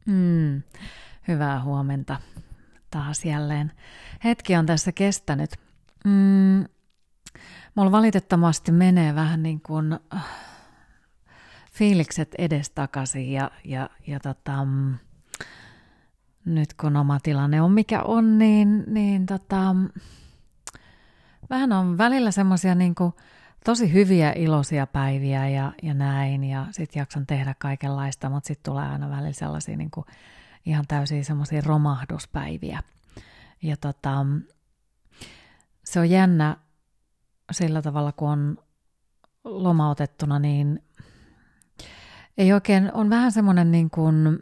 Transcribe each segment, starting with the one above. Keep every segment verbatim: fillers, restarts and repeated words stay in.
Mm, hyvää huomenta taas jälleen. Hetki on tässä kestänyt. Mm, mulla valitettavasti menee vähän niin kuin äh, fiilikset edestakaisin ja, ja, ja tota, mm, nyt kun oma tilanne on mikä on, niin, niin tota, vähän on välillä semmoisia niin kuin tosi hyviä iloisia päiviä ja, ja näin, ja sitten jaksan tehdä kaikenlaista, mutta sitten tulee aina välillä sellaisia niin kuin ihan täysiä semmoisia romahduspäiviä. Ja tota, se on jännä sillä tavalla, kun on lomautettuna, niin ei oikein, on vähän semmoinen niin kuin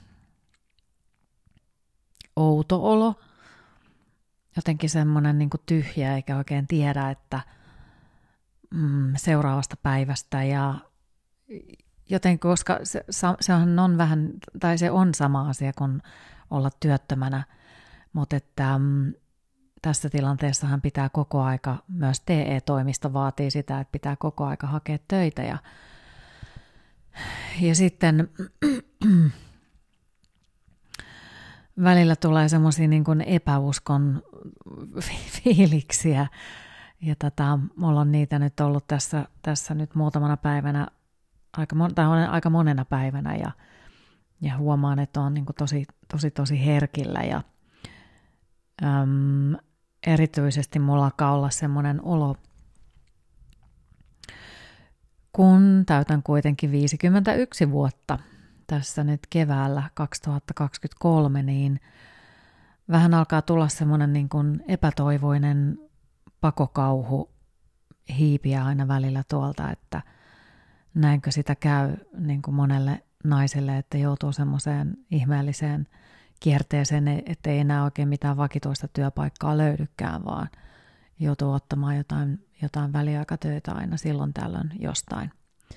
outo olo, jotenkin semmoinen niin kuin tyhjä, eikä oikein tiedä, että mm, seuraavasta päivästä ja joten koska se, sehän on vähän, tai se on sama asia kuin olla työttömänä, mutta että mm, tässä tilanteessahan pitää koko aika, myös T E-toimisto vaatii sitä, että pitää koko aika hakea töitä ja, ja sitten välillä tulee semmoisia niin kuin epäuskon fiiliksiä ja tota, mulla on niitä nyt ollut tässä, tässä nyt muutamana päivänä aika, mon, tai aika monena päivänä ja, ja huomaan, että on niin kuin tosi, tosi, tosi herkillä ja äm, erityisesti mulla alkaa olla semmoinen olo, kun täytän kuitenkin viisikymmentäyksi vuotta tässä nyt keväällä kaksituhattakaksikymmentäkolme, niin vähän alkaa tulla semmoinen niin kuin epätoivoinen pakokauhu hiipiä aina välillä tuolta, että näinkö sitä käy niin kuin monelle naiselle, että joutuu semmoiseen ihmeelliseen kierteeseen, että ei enää oikein mitään vakituista työpaikkaa löydykään, vaan joutuu ottamaan jotain, jotain väliaikatöitä aina silloin tällöin jostain.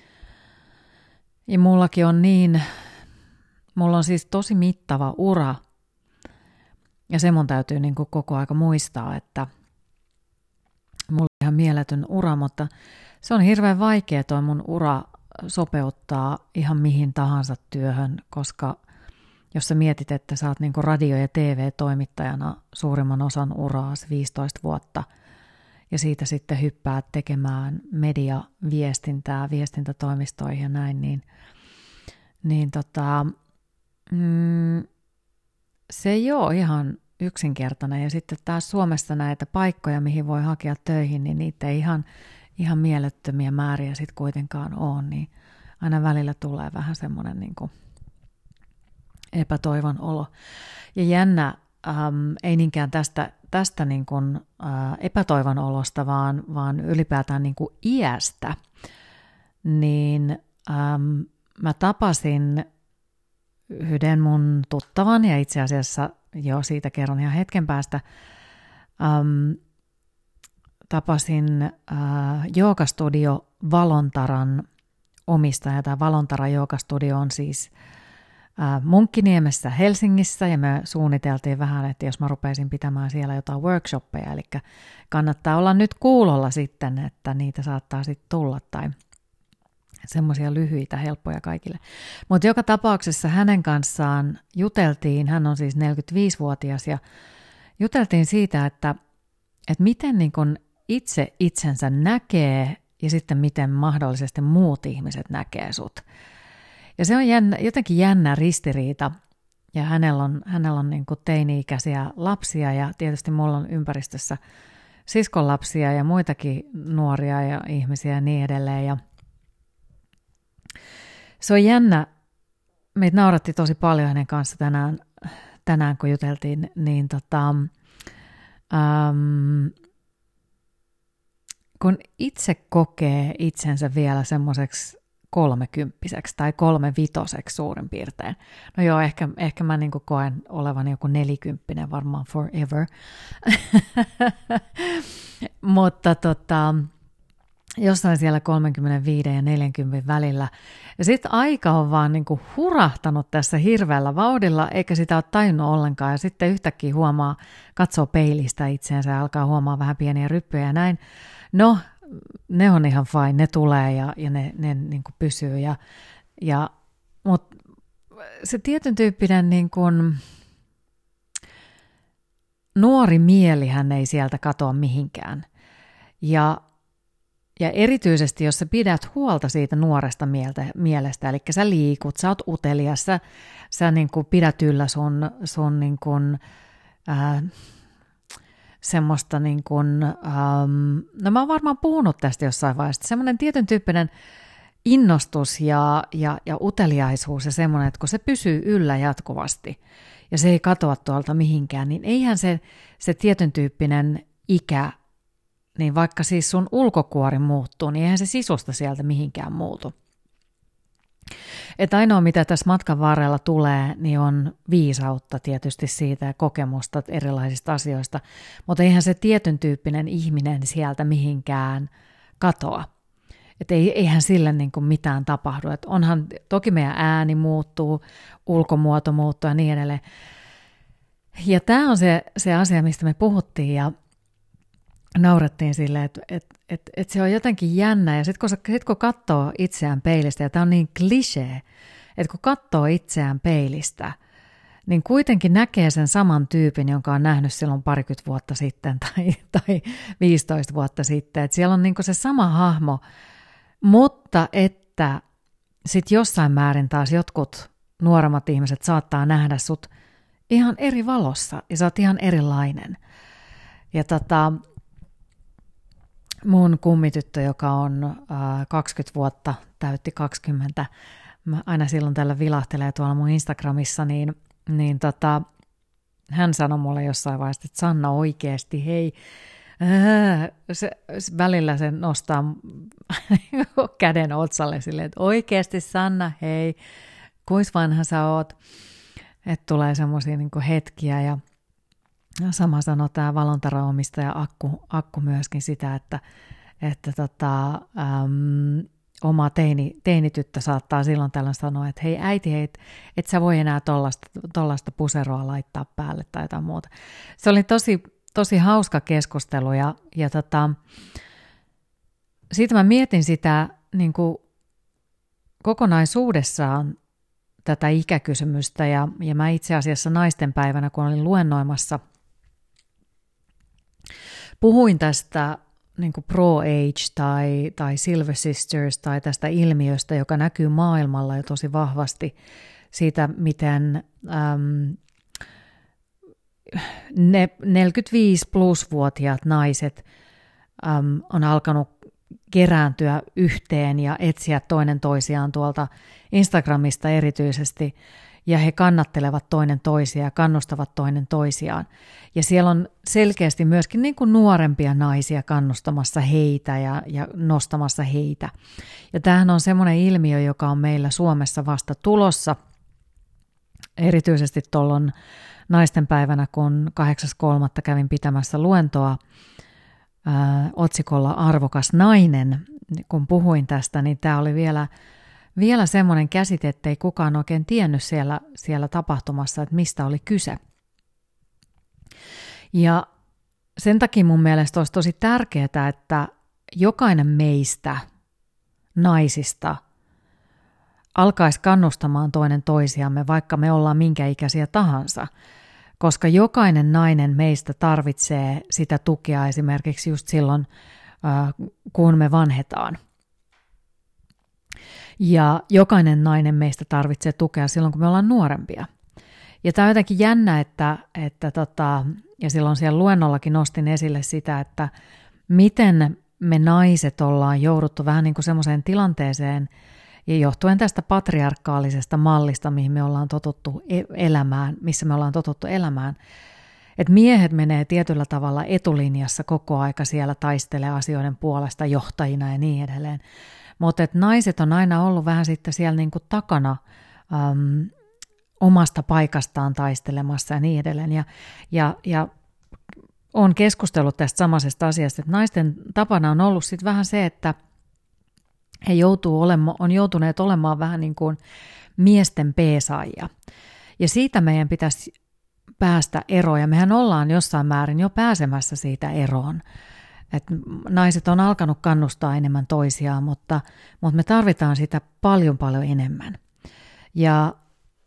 Ja mullakin on niin, mulla on siis tosi mittava ura, ja se mun täytyy niin kuin koko aika muistaa, että mulla on ihan mieletön ura, mutta se on hirveän vaikea toi mun ura sopeuttaa ihan mihin tahansa työhön, koska jos sä mietit, että sä oot niinku radio- ja T V-toimittajana suurimman osan uraas viisitoista vuotta ja siitä sitten hyppäät tekemään mediaviestintää, viestintätoimistoihin ja näin, niin, niin tota, mm, se ei ole ihan yksinkertainen. Ja sitten taas Suomessa näitä paikkoja, mihin voi hakea töihin, niin niitä ei ihan, ihan mielettömiä määriä sitten kuitenkaan ole, niin aina välillä tulee vähän semmoinen niin kuin epätoivon olo. Ja jännä, ähm, ei niinkään tästä, tästä niin kuin, äh, epätoivon olosta, vaan, vaan ylipäätään niin kuin iästä, niin ähm, mä tapasin yhden mun tuttavan, ja itse asiassa jo siitä kerron ihan hetken päästä, ähm, tapasin äh, Joogastudio Valontaran omistaja. Tämä Valontara Joogastudio on siis äh, Munkkiniemessä Helsingissä, ja me suunniteltiin vähän, että jos mä rupeisin pitämään siellä jotain workshoppeja, eli kannattaa olla nyt kuulolla sitten, että niitä saattaa sitten tulla, tai semmoisia lyhyitä, helppoja kaikille. Mutta joka tapauksessa hänen kanssaan juteltiin, hän on siis neljäkymmentäviisivuotias, ja juteltiin siitä, että, että miten niin kun itse itsensä näkee, ja sitten miten mahdollisesti muut ihmiset näkee sut. Ja se on jännä, jotenkin jännä ristiriita, ja hänellä on, hänellä on niin kuin teini-ikäisiä lapsia, ja tietysti mulla on ympäristössä siskonlapsia ja muitakin nuoria ja ihmisiä ja niin edelleen, ja se on jännä, meitä nauratti tosi paljon hänen kanssa tänään, tänään kun juteltiin, niin tota, äm, kun itse kokee itsensä vielä semmoiseksi kolmekymppiseksi tai kolmevitoseksi suurin piirtein. No joo, ehkä, ehkä mä niin kuin koen olevan joku nelikymppinen varmaan forever. Mutta tota, jossain siellä kolmekymmentäviisi ja neljäkymmentä välillä. Ja sitten aika on vaan niin kuin hurahtanut tässä hirveällä vauhdilla, eikä sitä ole tajunnut ollenkaan. Ja sitten yhtäkkiä huomaa, katsoo peilistä itseensä ja alkaa huomaa vähän pieniä ryppyjä ja näin. No, ne on ihan fine, ne tulee ja, ja ne, ne niin kuin pysyy. Ja, ja, Mutta se tietyn tyyppinen niin kuin nuori mielihän ei sieltä katoa mihinkään. Ja, ja erityisesti, jos sä pidät huolta siitä nuoresta mieltä, mielestä, eli sä liikut, sä oot utelias, sä, sä niin kuin pidät yllä sun, sun niin kuin, ää, semmoista, niin kuin, ähm, no mä oon varmaan puhunut tästä jossain vaiheessa, semmoinen tietyn tyyppinen innostus ja, ja, ja uteliaisuus ja semmoinen, että kun se pysyy yllä jatkuvasti ja se ei katoa tuolta mihinkään, niin eihän se, se tietyn tyyppinen ikä, niin vaikka siis sun ulkokuori muuttuu, niin eihän se sisusta sieltä mihinkään muutu. Että ainoa, mitä tässä matkan varrella tulee, niin on viisautta tietysti siitä ja kokemusta erilaisista asioista, mutta eihän se tietyn tyyppinen ihminen sieltä mihinkään katoa. Että eihän sille niin kuin mitään tapahdu. Että onhan, toki meidän ääni muuttuu, ulkomuoto muuttuu ja niin edelleen. Ja tämä on se, se asia, mistä me puhuttiin ja naurettiin silleen, että et, et, et se on jotenkin jännä. Ja sitten kun, sit kun katsoo itseään peilistä, ja tämä on niin klisee, että kun katsoo itseään peilistä, niin kuitenkin näkee sen saman tyypin, jonka on nähnyt silloin parikymmentä vuotta sitten tai, tai viisitoista vuotta sitten. Että siellä on niin kuin se sama hahmo, mutta että sitten jossain määrin taas jotkut nuoremmat ihmiset saattaa nähdä sut ihan eri valossa ja sä oot ihan erilainen. Ja tota, mun kummityttö, joka on äh, kaksikymmentä vuotta, täytti kaksikymmentä, mä aina silloin tällä vilahtelee tuolla mun Instagramissa, niin, niin tota, hän sanoi mulle jossain vaiheessa, että Sanna oikeasti, hei, Äh, se, välillä se nostaa käden otsalle silleen, että oikeasti Sanna, hei, kuis vanha sä oot? Että tulee semmoisia niin kuin hetkiä ja sama sanoo tämä Valontara-omistaja Akku, Akku myöskin sitä, että, että tota, äm, oma teini, teinityttö saattaa silloin tällöin sanoa, että hei äiti, hei, et, et sä voi enää tollaista puseroa laittaa päälle tai jotain muuta. Se oli tosi Tosi hauska keskustelu ja, ja tota, siitä mä mietin sitä niin kuin kokonaisuudessaan tätä ikäkysymystä ja, ja mä itse asiassa naistenpäivänä, kun olin luennoimassa, puhuin tästä niin kuin Pro-Age tai, tai Silver Sisters tai tästä ilmiöstä, joka näkyy maailmalla jo tosi vahvasti siitä, miten äm, ne neljäkymmentäviisi plus-vuotiaat naiset äm, on alkanut kerääntyä yhteen ja etsiä toinen toisiaan tuolta Instagramista erityisesti, ja he kannattelevat toinen toisia ja kannustavat toinen toisiaan. Ja siellä on selkeästi myöskin niin kuin nuorempia naisia kannustamassa heitä ja, ja nostamassa heitä. Ja tämähän on semmoinen ilmiö, joka on meillä Suomessa vasta tulossa, erityisesti tuolloin naistenpäivänä, kun kahdeksas kolmatta kävin pitämässä luentoa ää, otsikolla Arvokas nainen. Kun puhuin tästä, niin tämä oli vielä, vielä semmoinen käsite, ettei kukaan oikein tiennyt siellä, siellä tapahtumassa, että mistä oli kyse. Ja sen takia mun mielestä olisi tosi tärkeää, että jokainen meistä naisista alkaisi kannustamaan toinen toisiamme, vaikka me ollaan minkä ikäisiä tahansa, koska jokainen nainen meistä tarvitsee sitä tukea esimerkiksi just silloin, kun me vanhetaan. Ja jokainen nainen meistä tarvitsee tukea silloin, kun me ollaan nuorempia. Ja tämä on jotenkin jännä, että, että tota, ja silloin siellä luennollakin nostin esille sitä, että miten me naiset ollaan jouduttu vähän niin kuin semmoiseen tilanteeseen, ja johtuen tästä patriarkaalisesta mallista, mihin me ollaan totuttu elämään, missä me ollaan totuttu elämään, että miehet menee tietyllä tavalla etulinjassa koko aika siellä taistelee asioiden puolesta johtajina ja niin edelleen. Mutta että naiset on aina ollut vähän sitten siellä niinku takana äm, omasta paikastaan taistelemassa ja niin edelleen. Ja, ja, ja olen keskustellut tästä samaisesta asiasta, että naisten tapana on ollut sitten vähän se, että he joutuu olema, on joutuneet olemaan vähän niin kuin miesten peesaajia. Ja siitä meidän pitäisi päästä eroon, ja mehän ollaan jossain määrin jo pääsemässä siitä eroon. Et naiset on alkanut kannustaa enemmän toisiaan, mutta, mutta me tarvitaan sitä paljon paljon enemmän. Ja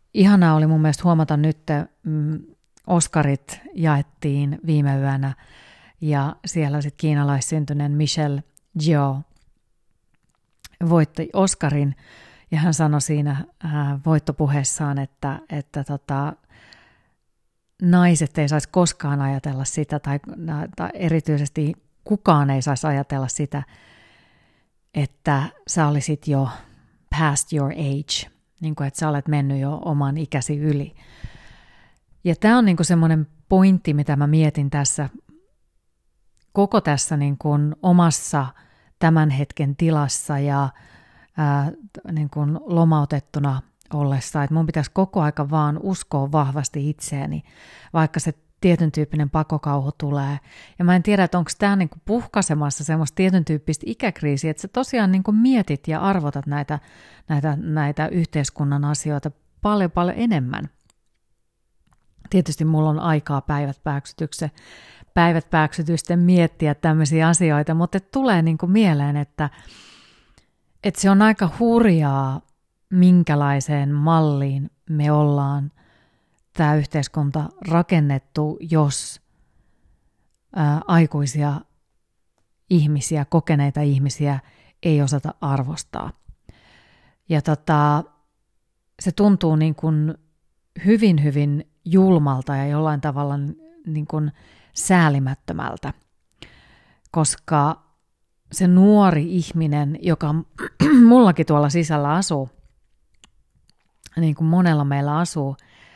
ihanaa oli mun mielestä huomata nyt, mm, Oscarit jaettiin viime yönä ja siellä sitten kiinalaissyntyneen Michelle Yeoh voitti Oscarin ja hän sanoi siinä äh, voittopuheessaan, että, että tota, naiset ei saisi koskaan ajatella sitä tai, tai erityisesti kukaan ei saisi ajatella sitä, että sä olisit jo past your age, niin kuin että sä olet mennyt jo oman ikäsi yli. Ja tämä on niin kuin semmoinen pointti, mitä mä mietin tässä koko tässä niin kuin omassa tämän hetken tilassa ja ää, niin kuin lomautettuna ollessa, että mun pitäisi koko aika vaan uskoa vahvasti itseeni, vaikka se tietyn tyyppinen pakokauhu tulee. Ja mä en tiedä, että onko tämä niinku puhkaisemassa semmoista tietyn tyyppistä ikäkriisiä, että sä tosiaan niinku mietit ja arvotat näitä, näitä, näitä yhteiskunnan asioita paljon paljon enemmän. Tietysti mulla on aikaa päivät pääksytyksen, päivät pääksytysten miettiä tämmöisiä asioita, mutta tulee niinku mieleen, että, että se on aika hurjaa, minkälaiseen malliin me ollaan tämä yhteiskunta rakennettu, jos ää, aikuisia ihmisiä, kokeneita ihmisiä ei osata arvostaa. Ja tota, se tuntuu niin kuin hyvin, hyvin julmalta ja jollain tavalla niin kuin säälimättömältä, koska se nuori ihminen, joka mullakin tuolla sisällä asuu, niin kuin monella meillä asuu,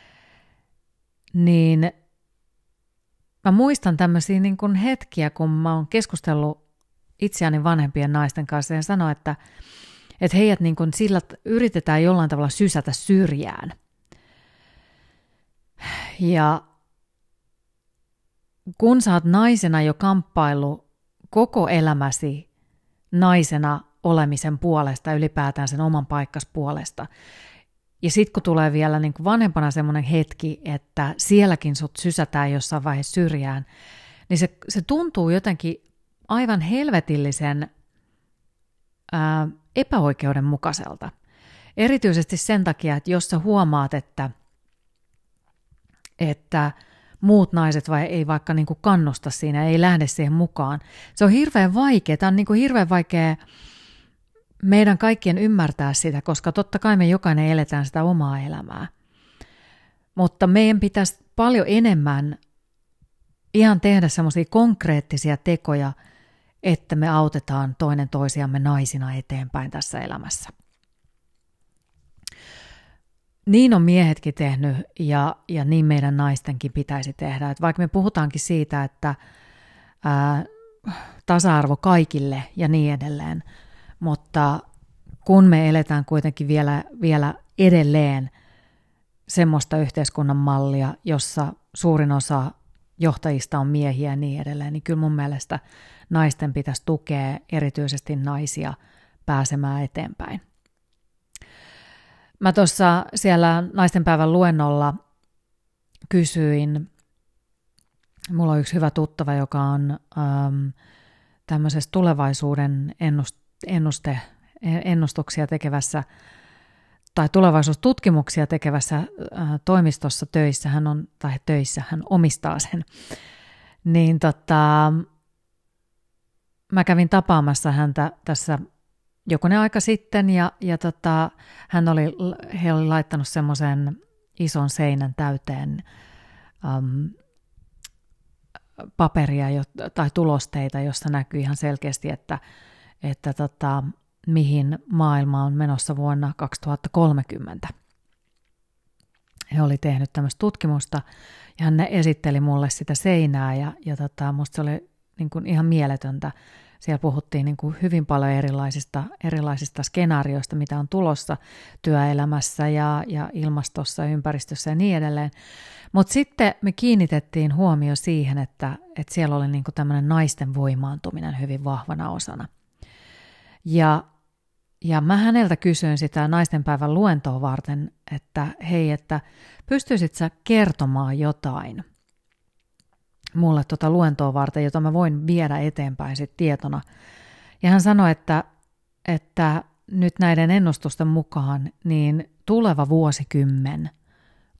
niin mä muistan tämmöisiä niin kuin hetkiä, kun mä oon keskustellut itseäni vanhempien naisten kanssa ja sanoa, että, että heidät niin kuin sillä yritetään jollain tavalla sysätä syrjään. Ja kun sä oot naisena jo kamppailu koko elämäsi naisena olemisen puolesta, ylipäätään sen oman paikkas puolesta, ja sitten kun tulee vielä niin kuin vanhempana semmoinen hetki, että sielläkin sut sysätään jossain vaiheessa syrjään, niin se, se tuntuu jotenkin aivan helvetillisen ää, epäoikeudenmukaiselta. Erityisesti sen takia, että jos sä huomaat, että, että muut naiset vai ei vaikka niin kuin kannusta siinä, ei lähde siihen mukaan. Se on hirveän vaikea, tämä on niin kuin hirveän vaikea meidän kaikkien ymmärtää sitä, koska totta kai me jokainen eletään sitä omaa elämää. Mutta meidän pitäisi paljon enemmän ihan tehdä semmoisia konkreettisia tekoja, että me autetaan toinen toisiamme naisina eteenpäin tässä elämässä. Niin on miehetkin tehnyt ja, ja niin meidän naistenkin pitäisi tehdä. Et vaikka me puhutaankin siitä, että ää, tasa-arvo kaikille ja niin edelleen, mutta kun me eletään kuitenkin vielä, vielä edelleen semmoista yhteiskunnan mallia, jossa suurin osa johtajista on miehiä ja niin edelleen, niin kyllä mun mielestä naisten pitäisi tukea erityisesti naisia pääsemään eteenpäin. Mä tuossa siellä naistenpäivän luennolla kysyin, mulla on yksi hyvä tuttava, joka on ähm, tämmöisessä tulevaisuuden ennust, ennuste, ennustuksia tekevässä tai tulevaisuustutkimuksia tekevässä äh, toimistossa töissä, hän on, tai töissä, hän omistaa sen, niin tota, mä kävin tapaamassa häntä tässä jokunen aika sitten, ja, ja tota, hän oli, he oli laittanut semmoisen ison seinän täyteen um, paperia jo, tai tulosteita, jossa näkyy ihan selkeästi, että, että tota, mihin maailma on menossa vuonna kaksituhattakolmekymmentä. He oli tehnyt tämmöistä tutkimusta, ja hän esitteli mulle sitä seinää, ja, ja tota, musta se oli niin kuin ihan mieletöntä. Siellä puhuttiin niin kuin hyvin paljon erilaisista, erilaisista skenaarioista, mitä on tulossa työelämässä ja, ja ilmastossa, ympäristössä ja niin edelleen. Mutta sitten me kiinnitettiin huomio siihen, että, että siellä oli niin kuin tämmöinen naisten voimaantuminen hyvin vahvana osana. Ja, ja mä häneltä kysyin sitä naistenpäivän luentoa varten, että hei, että pystyisit sä kertomaan jotain mulle tuota luentoa varten, jota mä voin viedä eteenpäin sit tietona. Ja hän sanoi, että, että nyt näiden ennustusten mukaan niin tuleva vuosikymmen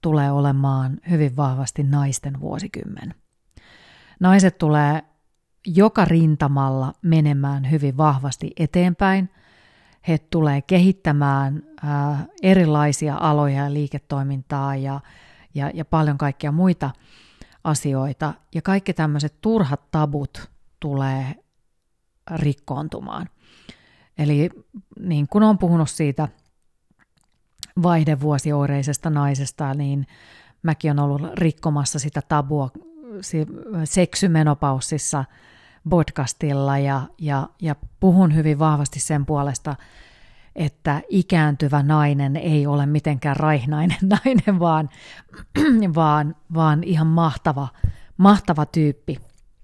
tulee olemaan hyvin vahvasti naisten vuosikymmen. Naiset tulee joka rintamalla menemään hyvin vahvasti eteenpäin. He tulee kehittämään äh, erilaisia aloja ja liiketoimintaa ja, ja, ja paljon kaikkia muita asioita. Ja kaikki tämmöiset turhat tabut tulee rikkoontumaan. Eli niin kun olen puhunut siitä vaihdevuosioireisesta naisesta, niin mäkin olen ollut rikkomassa sitä tabua seksymenopaussissa podcastilla ja, ja, ja puhun hyvin vahvasti sen puolesta, että ikääntyvä nainen ei ole mitenkään raihnainen nainen, vaan, vaan, vaan ihan mahtava, mahtava tyyppi.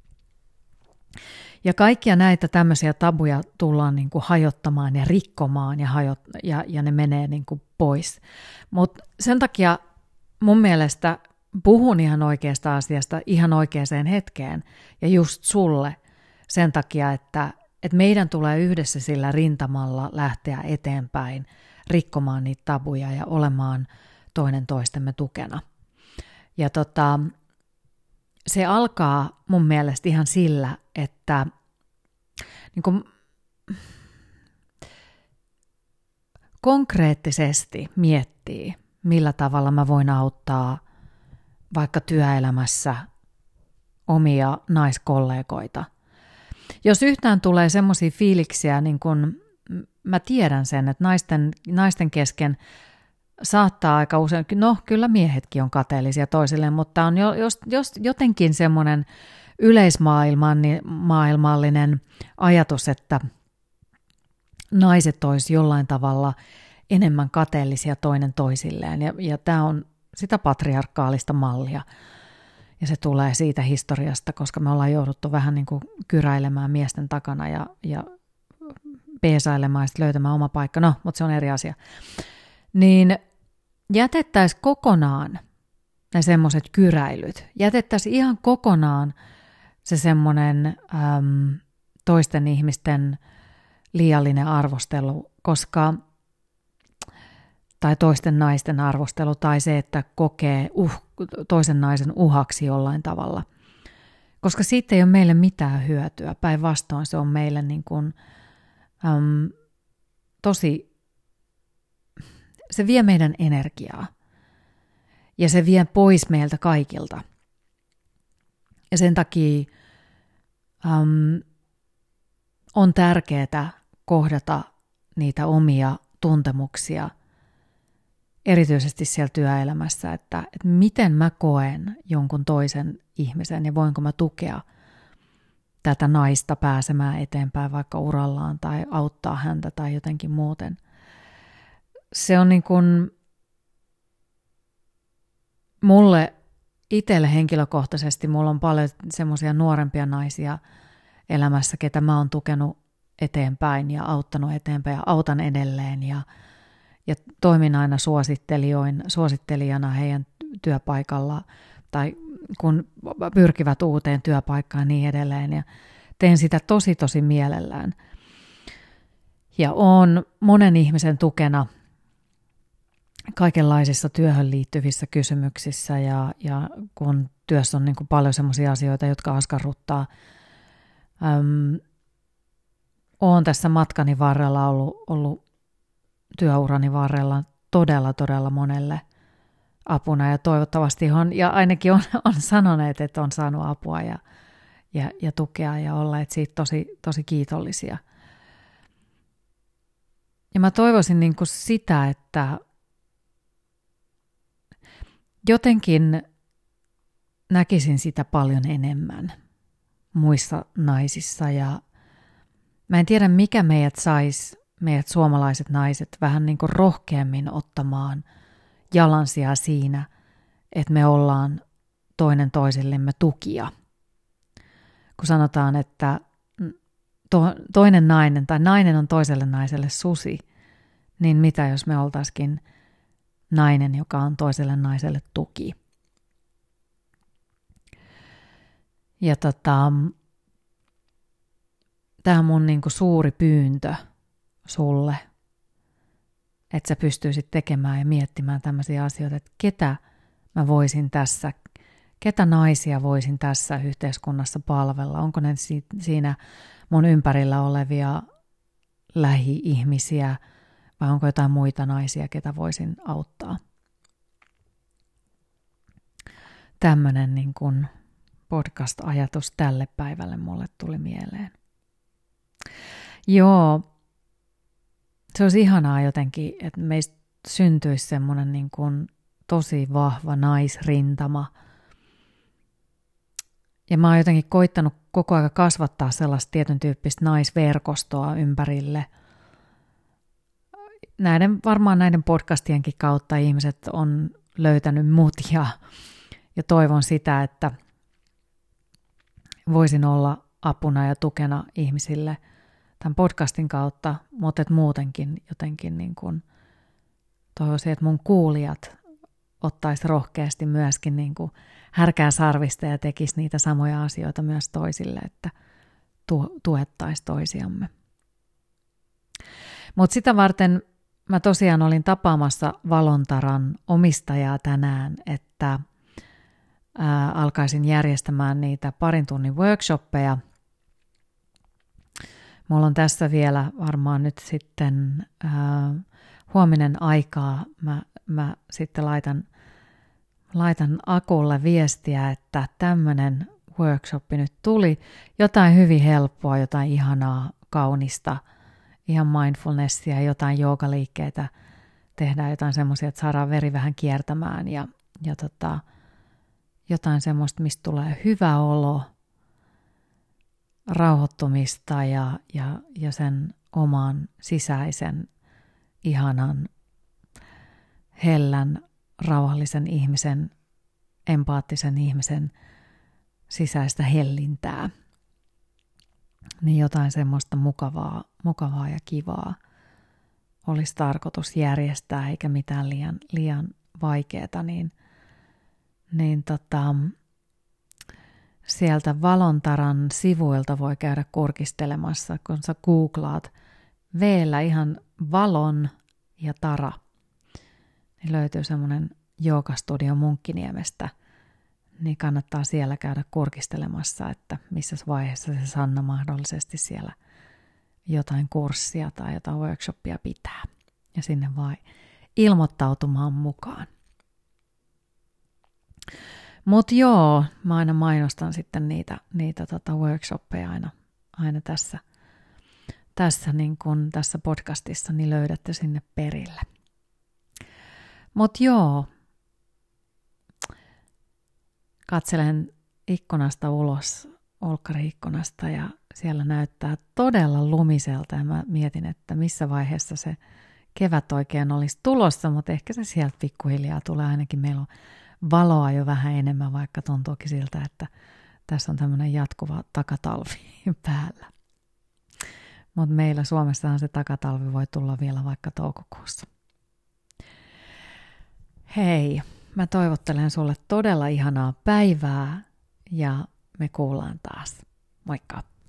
Ja kaikkia näitä tämmöisiä tabuja tullaan niin kuin hajottamaan ja rikkomaan ja, hajot, ja, ja ne menee niin kuin pois. Mutta sen takia mun mielestä puhun ihan oikeasta asiasta ihan oikeaan hetkeen ja just sulle sen takia, että, että meidän tulee yhdessä sillä rintamalla lähteä eteenpäin, rikkomaan niitä tabuja ja olemaan toinen toistemme tukena. Ja tota, se alkaa mun mielestä ihan sillä, että niin kuin konkreettisesti miettii, millä tavalla mä voin auttaa vaikka työelämässä omia naiskollegoita. Jos yhtään tulee semmoisia fiiliksiä, niin kun mä tiedän sen, että naisten, naisten kesken saattaa aika usein, no kyllä miehetkin on kateellisia toisilleen, mutta on jo, jos, jos jotenkin semmoinen yleismaailmallinen ajatus, että naiset olisi jollain tavalla enemmän kateellisia toinen toisilleen. Ja, ja tämä on sitä patriarkaalista mallia. Ja se tulee siitä historiasta, koska me ollaan jouduttu vähän niin kuin kyräilemään miesten takana ja, ja peesailemaan ja löytämään oma paikka. No, mutta se on eri asia. Niin jätettäisiin kokonaan ne semmoiset kyräilyt. Jätettäisiin ihan kokonaan se semmoinen äm, toisten ihmisten liiallinen arvostelu, koska tai toisten naisten arvostelu tai se, että kokee uh, toisen naisen uhaksi jollain tavalla. Koska siitä ei ole meille mitään hyötyä. Päinvastoin se on meille niin kuin, äm, tosi, se vie meidän energiaa. Ja se vie pois meiltä kaikilta. Ja sen takia äm, on tärkeää kohdata niitä omia tuntemuksia, erityisesti siellä työelämässä, että, että miten mä koen jonkun toisen ihmisen ja voinko mä tukea tätä naista pääsemään eteenpäin vaikka urallaan tai auttaa häntä tai jotenkin muuten. Se on niin kuin mulle itselle henkilökohtaisesti, mulla on paljon semmoisia nuorempia naisia elämässä, ketä mä oon tukenut eteenpäin ja auttanut eteenpäin ja autan edelleen ja Ja toimin aina suosittelijana heidän työpaikalla tai kun pyrkivät uuteen työpaikkaan ja niin edelleen. Ja teen sitä tosi tosi mielellään. Ja olen monen ihmisen tukena kaikenlaisissa työhön liittyvissä kysymyksissä ja, ja kun työssä on niin kuin paljon sellaisia asioita, jotka askarruttaa. Öm, olen tässä matkani varrella ollut, ollut työurani varrella todella, todella monelle apuna ja toivottavasti on, ja ainakin on, on sanoneet, että on saanut apua ja, ja, ja tukea ja olleet siitä tosi, tosi kiitollisia. Ja mä toivoisin niin kuin sitä, että jotenkin näkisin sitä paljon enemmän muissa naisissa ja mä en tiedä mikä meidät saisi meidät suomalaiset naiset vähän niin kuin rohkeammin ottamaan jalansijaa siinä, että me ollaan toinen toisillemme tukia. Kun sanotaan, että to, toinen nainen tai nainen on toiselle naiselle susi, niin mitä jos me oltaisikin nainen, joka on toiselle naiselle tuki. Ja tota, tämä on mun niin kuin suuri pyyntö sulle, että sä pystyisit tekemään ja miettimään tämmöisiä asioita, että ketä mä voisin tässä, ketä naisia voisin tässä yhteiskunnassa palvella? Onko ne si- siinä mun ympärillä olevia lähi-ihmisiä vai onko jotain muita naisia, ketä voisin auttaa? Tämmöinen niin kuin podcast-ajatus tälle päivälle mulle tuli mieleen. Joo, se olisi ihanaa jotenkin, että meistä syntyisi semmoinen niin kuin tosi vahva naisrintama. Ja mä oon jotenkin koittanut koko ajan kasvattaa sellaista tietyn tyyppistä naisverkostoa ympärille. Näiden, varmaan näiden podcastienkin kautta ihmiset on löytänyt mut ja, ja toivon sitä, että voisin olla apuna ja tukena ihmisille tämän podcastin kautta, mutta et muutenkin jotenkin niin kuin toivoisin, että mun kuulijat ottaisi rohkeasti myöskin niin kuin härkää sarvista ja tekisi niitä samoja asioita myös toisille, että tu- tuettaisiin toisiamme. Mutta sitä varten mä tosiaan olin tapaamassa Valontaran omistajaa tänään, että ää, alkaisin järjestämään niitä parin tunnin workshoppeja. Mulla on tässä vielä varmaan nyt sitten ää, huominen aikaa. Mä, mä sitten laitan, laitan Akulle viestiä, että tämmöinen workshoppi nyt tuli. Jotain hyvin helppoa, jotain ihanaa, kaunista, ihan mindfulnessia, jotain joogaliikkeitä. Tehdään jotain semmoisia, että saadaan veri vähän kiertämään ja, ja tota, jotain semmoista, mistä tulee hyvä olo, rauhoittumista ja, ja, ja sen oman sisäisen, ihanan, hellän, rauhallisen ihmisen, empaattisen ihmisen sisäistä hellintää. Niin jotain semmoista mukavaa, mukavaa ja kivaa olisi tarkoitus järjestää, eikä mitään liian, liian vaikeaa, niin, niin tota, sieltä Valontaran sivuilta voi käydä kurkistelemassa, kun sä googlaat veellä ihan Valon ja Tara, niin löytyy semmoinen joogastudio Munkkiniemestä, niin kannattaa siellä käydä kurkistelemassa, että missä vaiheessa se Sanna mahdollisesti siellä jotain kurssia tai jotain workshoppia pitää. Ja sinne vaan ilmoittautumaan mukaan. Mutta joo, mä aina mainostan sitten niitä, niitä tota workshoppeja aina, aina tässä, tässä, niin kun tässä podcastissa, niin löydätte sinne perille. Mutta joo, katselen ikkunasta ulos, olkkari-ikkunasta ja siellä näyttää todella lumiselta ja mä mietin, että missä vaiheessa se kevät oikein olisi tulossa, mutta ehkä se sieltä pikkuhiljaa tulee, ainakin meillä on valoa jo vähän enemmän, vaikka tuntuukin siltä, että tässä on tämmöinen jatkuva takatalvi päällä. Mutta meillä Suomessahan se takatalvi voi tulla vielä vaikka toukokuussa. Hei, mä toivottelen sulle todella ihanaa päivää ja me kuullaan taas. Moikka!